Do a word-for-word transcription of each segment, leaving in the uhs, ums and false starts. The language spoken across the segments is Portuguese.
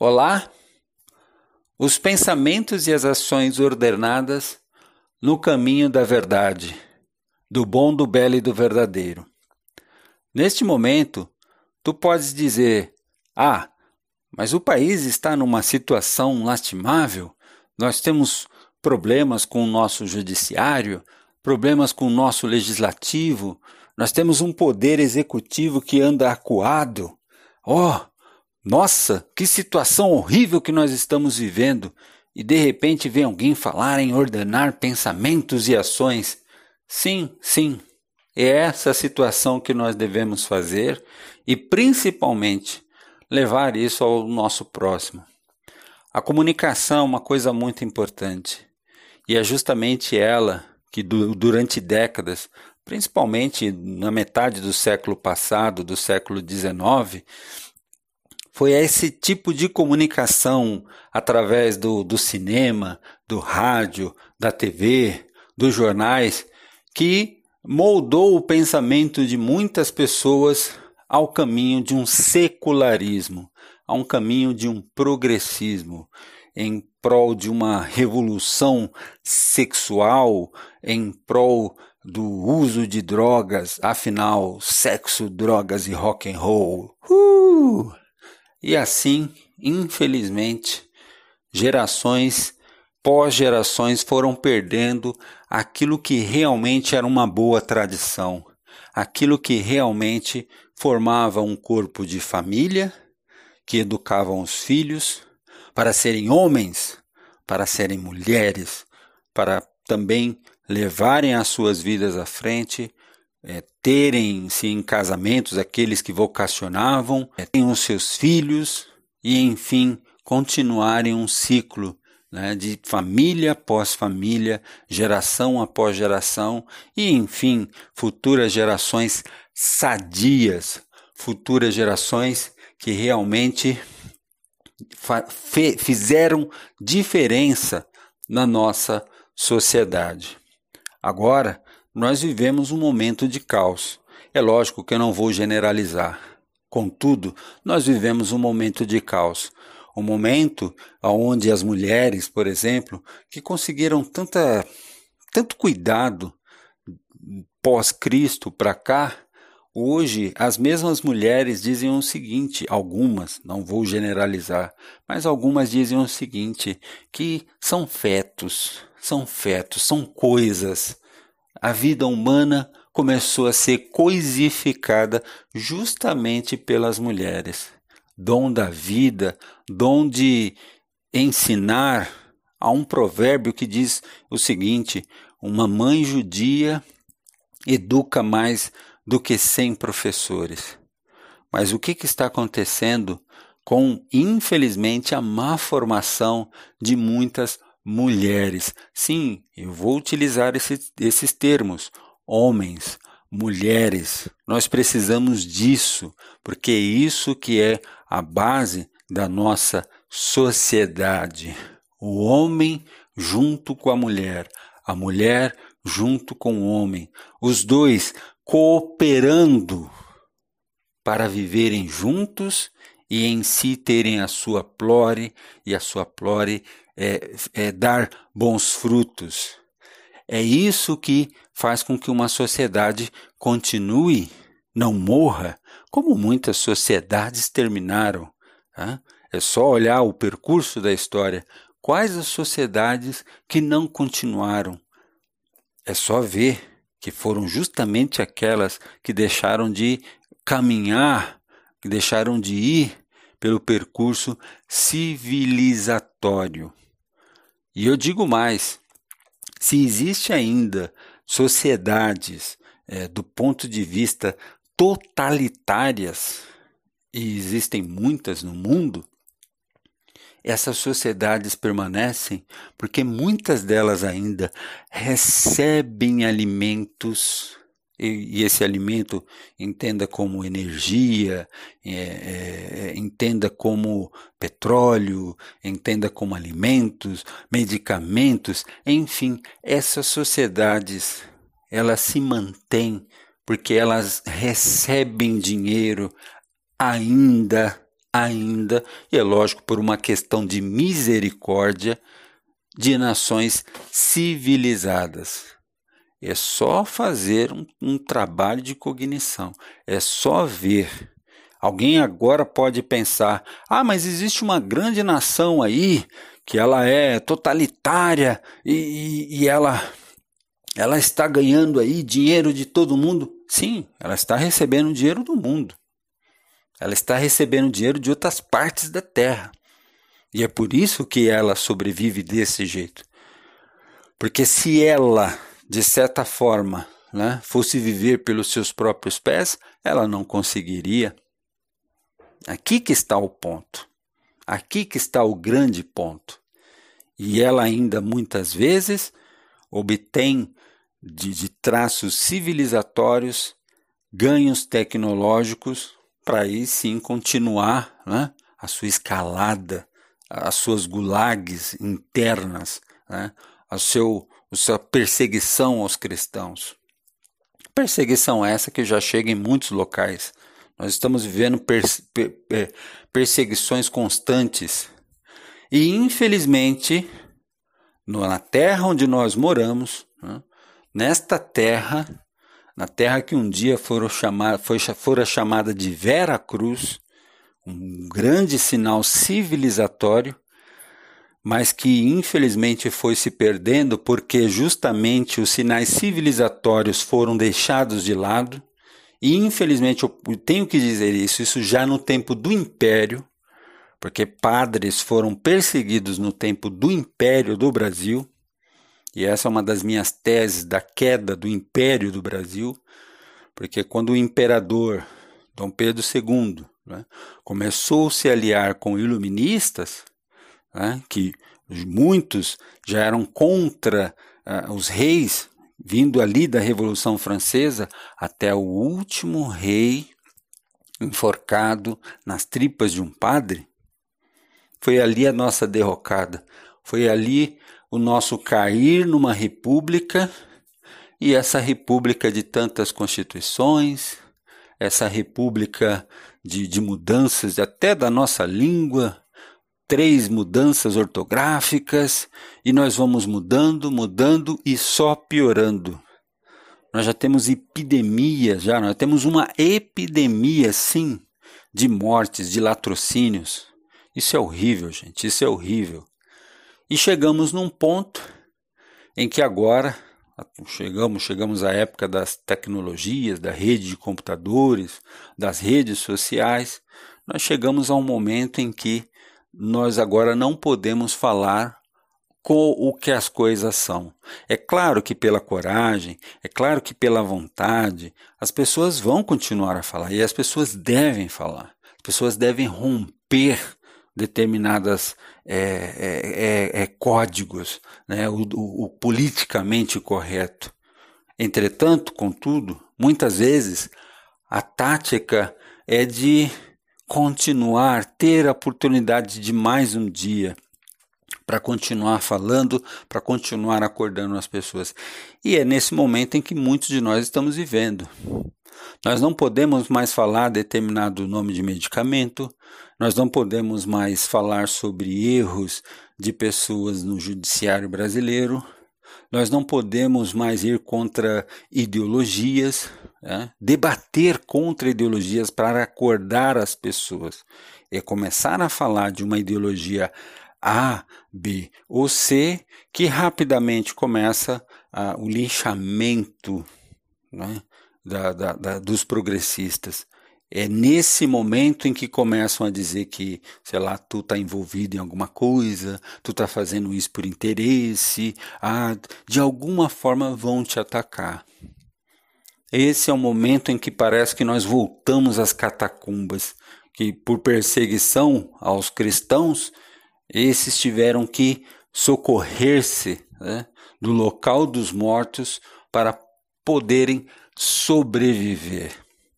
Olá, os pensamentos e as ações ordenadas no caminho da verdade, do bom, do belo e do verdadeiro. Neste momento, tu podes dizer, ah, mas o país está numa situação lastimável, nós temos problemas com o nosso judiciário, problemas com o nosso legislativo, nós temos um poder executivo que anda acuado. Oh, nossa, que situação horrível que nós estamos vivendo! E de repente vem alguém falar em ordenar pensamentos e ações. Sim, sim, é essa a situação que nós devemos fazer e principalmente levar isso ao nosso próximo. A comunicação é uma coisa muito importante e é justamente ela que durante décadas, principalmente na metade do século passado, do século dezenove, foi esse tipo de comunicação através do, do cinema, do rádio, da T V, dos jornais, que moldou o pensamento de muitas pessoas ao caminho de um secularismo, a um caminho de um progressismo, em prol de uma revolução sexual, em prol do uso de drogas, afinal, sexo, drogas e rock and roll. Uh! E assim, infelizmente, gerações pós-gerações foram perdendo aquilo que realmente era uma boa tradição, aquilo que realmente formava um corpo de família, que educavam os filhos para serem homens, para serem mulheres, para também levarem as suas vidas à frente, É, terem-se em casamentos aqueles que vocacionavam, é, terem os seus filhos e, enfim, continuarem um ciclo, né, de família após família, geração após geração e, enfim, futuras gerações sadias, futuras gerações que realmente fizeram diferença na nossa sociedade. Agora, nós vivemos um momento de caos. É lógico que eu não vou generalizar. Contudo, nós vivemos um momento de caos. Um momento onde as mulheres, por exemplo, que conseguiram tanta, tanto cuidado pós-Cristo para cá, hoje as mesmas mulheres dizem o seguinte, algumas, não vou generalizar, mas algumas dizem o seguinte, que são fetos, são fetos, são coisas. A vida humana começou a ser coisificada justamente pelas mulheres. Dom da vida, dom de ensinar. Há um provérbio que diz o seguinte, uma mãe judia educa mais do que cem professores. Mas o que, que está acontecendo com, infelizmente, a má formação de muitas mulheres? Sim, eu vou utilizar esse, esses termos, homens, mulheres, nós precisamos disso, porque é isso que é a base da nossa sociedade. O homem junto com a mulher, a mulher junto com o homem, os dois cooperando para viverem juntos e em si terem a sua plore e a sua plore É, é dar bons frutos. É isso que faz com que uma sociedade continue, não morra, como muitas sociedades terminaram. Tá? É só olhar o percurso da história. Quais as sociedades que não continuaram? É só ver que foram justamente aquelas que deixaram de caminhar, que deixaram de ir pelo percurso civilizatório. E eu digo mais, se existe ainda sociedades é, do ponto de vista totalitárias, e existem muitas no mundo, essas sociedades permanecem porque muitas delas ainda recebem alimentos, e, e esse alimento entenda como energia, é, é, entenda como petróleo, entenda como alimentos, medicamentos, enfim, essas sociedades, elas se mantêm porque elas recebem dinheiro ainda ainda, e é lógico, por uma questão de misericórdia, de nações civilizadas. É só fazer um, um trabalho de cognição, é só ver. Alguém agora pode pensar, ah, mas existe uma grande nação aí, que ela é totalitária e, e, e ela, ela está ganhando aí dinheiro de todo mundo. Sim, ela está recebendo dinheiro do mundo. Ela está recebendo dinheiro de outras partes da Terra. E é por isso que ela sobrevive desse jeito. Porque se ela, de certa forma, né, fosse viver pelos seus próprios pés, ela não conseguiria. Aqui que está o ponto. Aqui que está o grande ponto. E ela ainda muitas vezes obtém de, de traços civilizatórios ganhos tecnológicos para aí sim continuar, né, a sua escalada, as suas gulags internas, né, a, seu, a sua perseguição aos cristãos. Perseguição essa que já chega em muitos locais. Nós estamos vivendo perse per perseguições constantes. E, infelizmente, na terra onde nós moramos, né, nesta terra, na terra que um dia foram chamar, foi, fora chamada de Vera Cruz, um grande sinal civilizatório, mas que infelizmente foi se perdendo porque justamente os sinais civilizatórios foram deixados de lado. E infelizmente eu tenho que dizer isso, isso já no tempo do Império, porque padres foram perseguidos no tempo do Império do Brasil, e essa é uma das minhas teses da queda do Império do Brasil, porque quando o imperador Dom Pedro segundo, né, começou a se aliar com iluministas, né, que muitos já eram contra uh, os reis, vindo ali da Revolução Francesa até o último rei enforcado nas tripas de um padre, foi ali a nossa derrocada, foi ali o nosso cair numa república, e essa república de tantas constituições, essa república de, de mudanças até da nossa língua, três mudanças ortográficas, e nós vamos mudando, mudando e só piorando. Nós já temos epidemia, já, nós temos uma epidemia, sim, de mortes, de latrocínios. Isso é horrível, gente, isso é horrível. E chegamos num ponto em que agora, chegamos, chegamos à época das tecnologias, da rede de computadores, das redes sociais, nós chegamos a um momento em que nós agora não podemos falar com o que as coisas são. É claro que pela coragem, é claro que pela vontade, as pessoas vão continuar a falar, e as pessoas devem falar. As pessoas devem romper determinadas é, é, é, é, códigos, né, o, o, o politicamente correto. Entretanto, contudo, muitas vezes a tática é de continuar, ter a oportunidade de mais um dia para continuar falando, para continuar acordando as pessoas. E é nesse momento em que muitos de nós estamos vivendo. Nós não podemos mais falar determinado nome de medicamento, nós não podemos mais falar sobre erros de pessoas no judiciário brasileiro, nós não podemos mais ir contra ideologias, né? Debater contra ideologias para acordar as pessoas. É começar a falar de uma ideologia A, B ou C, que rapidamente começa ah, o linchamento, né, da, da, da, dos progressistas. É nesse momento em que começam a dizer que, sei lá, tu está envolvido em alguma coisa, tu está fazendo isso por interesse, ah, de alguma forma vão te atacar. Esse é o momento em que parece que nós voltamos às catacumbas, que por perseguição aos cristãos, esses tiveram que socorrer-se, né, do local dos mortos para poderem sobreviver.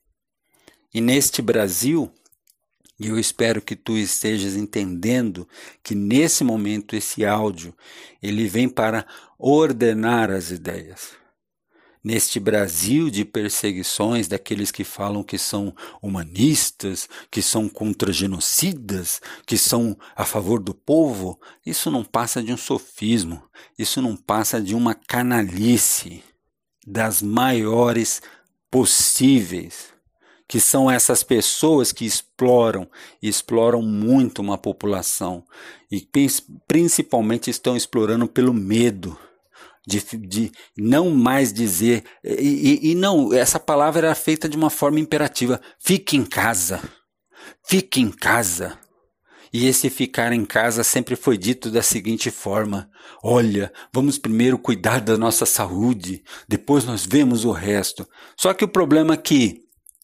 E neste Brasil, e eu espero que tu estejas entendendo que nesse momento esse áudio, ele vem para ordenar as ideias. neste Brasil de perseguições daqueles que falam que são humanistas, que são contra genocidas, que são a favor do povo, isso não passa de um sofismo, isso não passa de uma canalice das maiores possíveis, que são essas pessoas que exploram, e exploram muito uma população, e principalmente estão explorando pelo medo, de, de não mais dizer, e, e, e não, essa palavra era feita de uma forma imperativa, fique em casa, fique em casa. E esse ficar em casa sempre foi dito da seguinte forma: olha, vamos primeiro cuidar da nossa saúde, depois nós vemos o resto. Só que o problema é que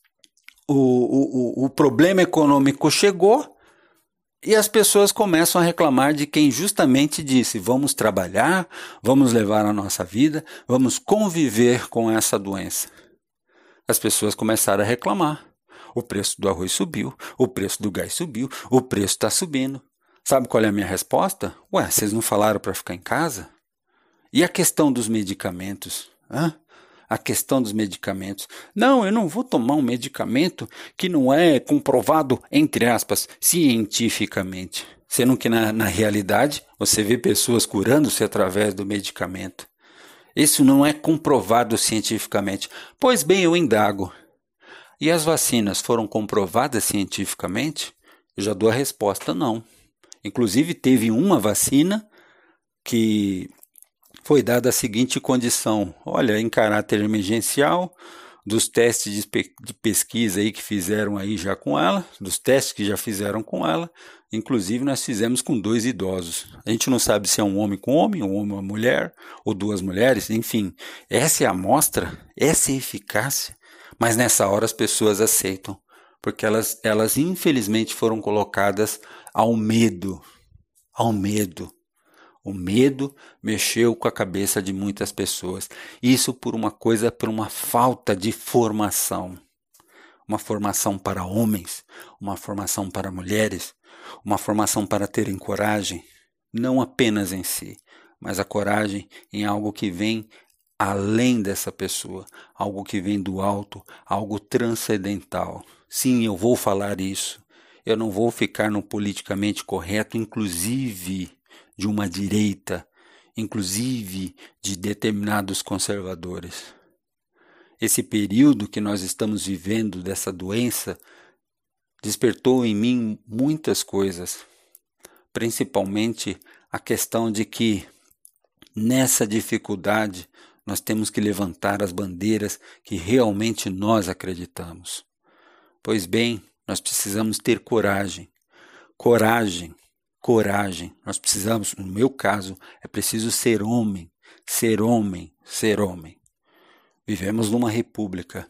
o, o, o problema econômico chegou e as pessoas começam a reclamar de quem justamente disse: vamos trabalhar, vamos levar a nossa vida, vamos conviver com essa doença. As pessoas começaram a reclamar. O preço do arroz subiu, o preço do gás subiu, o preço está subindo. Sabe qual é a minha resposta? Ué, vocês não falaram para ficar em casa? E a questão dos medicamentos? Hã? A questão dos medicamentos. Não, eu não vou tomar um medicamento que não é comprovado, entre aspas, cientificamente. Sendo que na, na realidade você vê pessoas curando-se através do medicamento. Isso não é comprovado cientificamente. Pois bem, eu indago. E as vacinas foram comprovadas cientificamente? Eu já dou a resposta não. Inclusive teve uma vacina que foi dada a seguinte condição: olha, em caráter emergencial, dos testes de, pe- de pesquisa aí que fizeram aí já com ela, dos testes que já fizeram com ela, inclusive nós fizemos com dois idosos. A gente não sabe se é um homem com homem, um homem com uma mulher, ou duas mulheres, enfim. Essa é a amostra, essa é a eficácia. Mas nessa hora as pessoas aceitam, porque elas, elas infelizmente foram colocadas ao medo, ao medo. O medo mexeu com a cabeça de muitas pessoas. Isso por uma coisa, por uma falta de formação. Uma formação para homens, uma formação para mulheres, uma formação para terem coragem, não apenas em si, mas a coragem em algo que vem além dessa pessoa, algo que vem do alto, algo transcendental. Sim, eu vou falar isso. Eu não vou ficar no politicamente correto, inclusive de uma direita, inclusive de determinados conservadores. Esse período que nós estamos vivendo dessa doença despertou em mim muitas coisas, principalmente a questão de que nessa dificuldade nós temos que levantar as bandeiras que realmente nós acreditamos. Pois bem, nós precisamos ter coragem, coragem, coragem. Nós precisamos, no meu caso, é preciso ser homem, ser homem, ser homem. Vivemos numa república,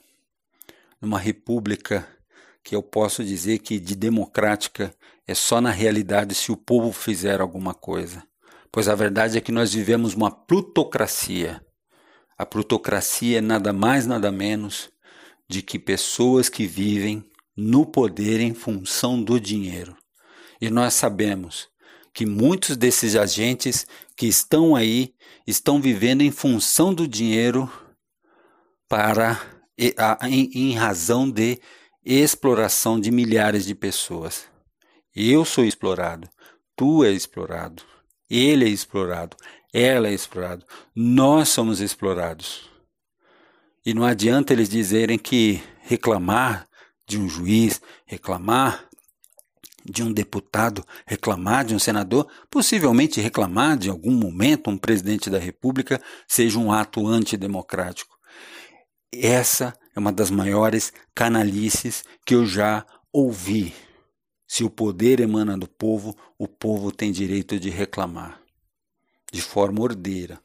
numa república que eu posso dizer que de democrática é só na realidade se o povo fizer alguma coisa. Pois a verdade é que nós vivemos uma plutocracia. A plutocracia é nada mais, nada menos de que pessoas que vivem no poder em função do dinheiro. E nós sabemos que muitos desses agentes que estão aí estão vivendo em função do dinheiro para, em, em razão de exploração de milhares de pessoas. Eu sou explorado, tu és explorado, ele é explorado, ela é explorado, nós somos explorados. E não adianta eles dizerem que reclamar de um juiz, reclamar de um deputado, reclamar de um senador, possivelmente reclamar de algum momento um presidente da República seja um ato antidemocrático. Essa é uma das maiores canalices que eu já ouvi. Se o poder emana do povo, o povo tem direito de reclamar, de forma ordeira.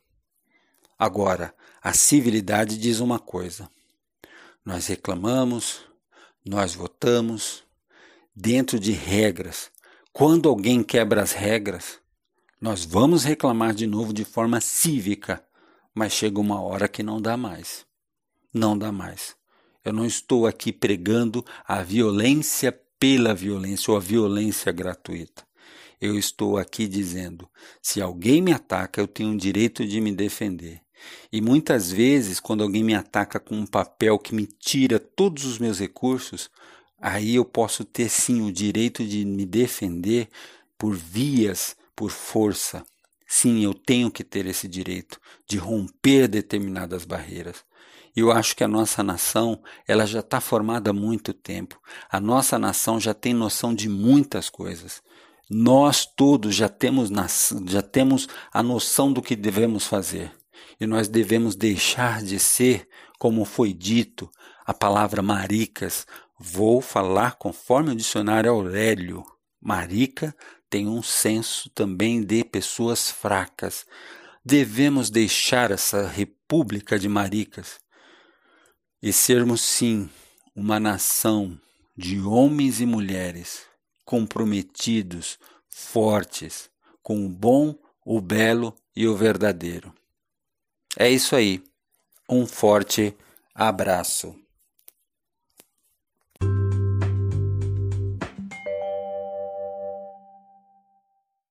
Agora, a civilidade diz uma coisa: nós reclamamos, nós votamos dentro de regras. Quando alguém quebra as regras, nós vamos reclamar de novo de forma cívica, mas chega uma hora que não dá mais. Não dá mais. Eu não estou aqui pregando a violência pela violência ou a violência gratuita. Eu estou aqui dizendo, se alguém me ataca, eu tenho o direito de me defender. E muitas vezes, quando alguém me ataca com um papel que me tira todos os meus recursos, aí eu posso ter sim o direito de me defender por vias, por força. Sim, eu tenho que ter esse direito de romper determinadas barreiras. Eu acho que a nossa nação, ela já está formada há muito tempo. A nossa nação já tem noção de muitas coisas. Nós todos já temos, já temos a noção do que devemos fazer. E nós devemos deixar de ser, como foi dito, a palavra maricas. Vou falar conforme o dicionário Aurélio. Marica tem um senso também de pessoas fracas. Devemos deixar essa república de maricas e sermos, sim, uma nação de homens e mulheres comprometidos, fortes, com o bom, o belo e o verdadeiro. É isso aí. Um forte abraço.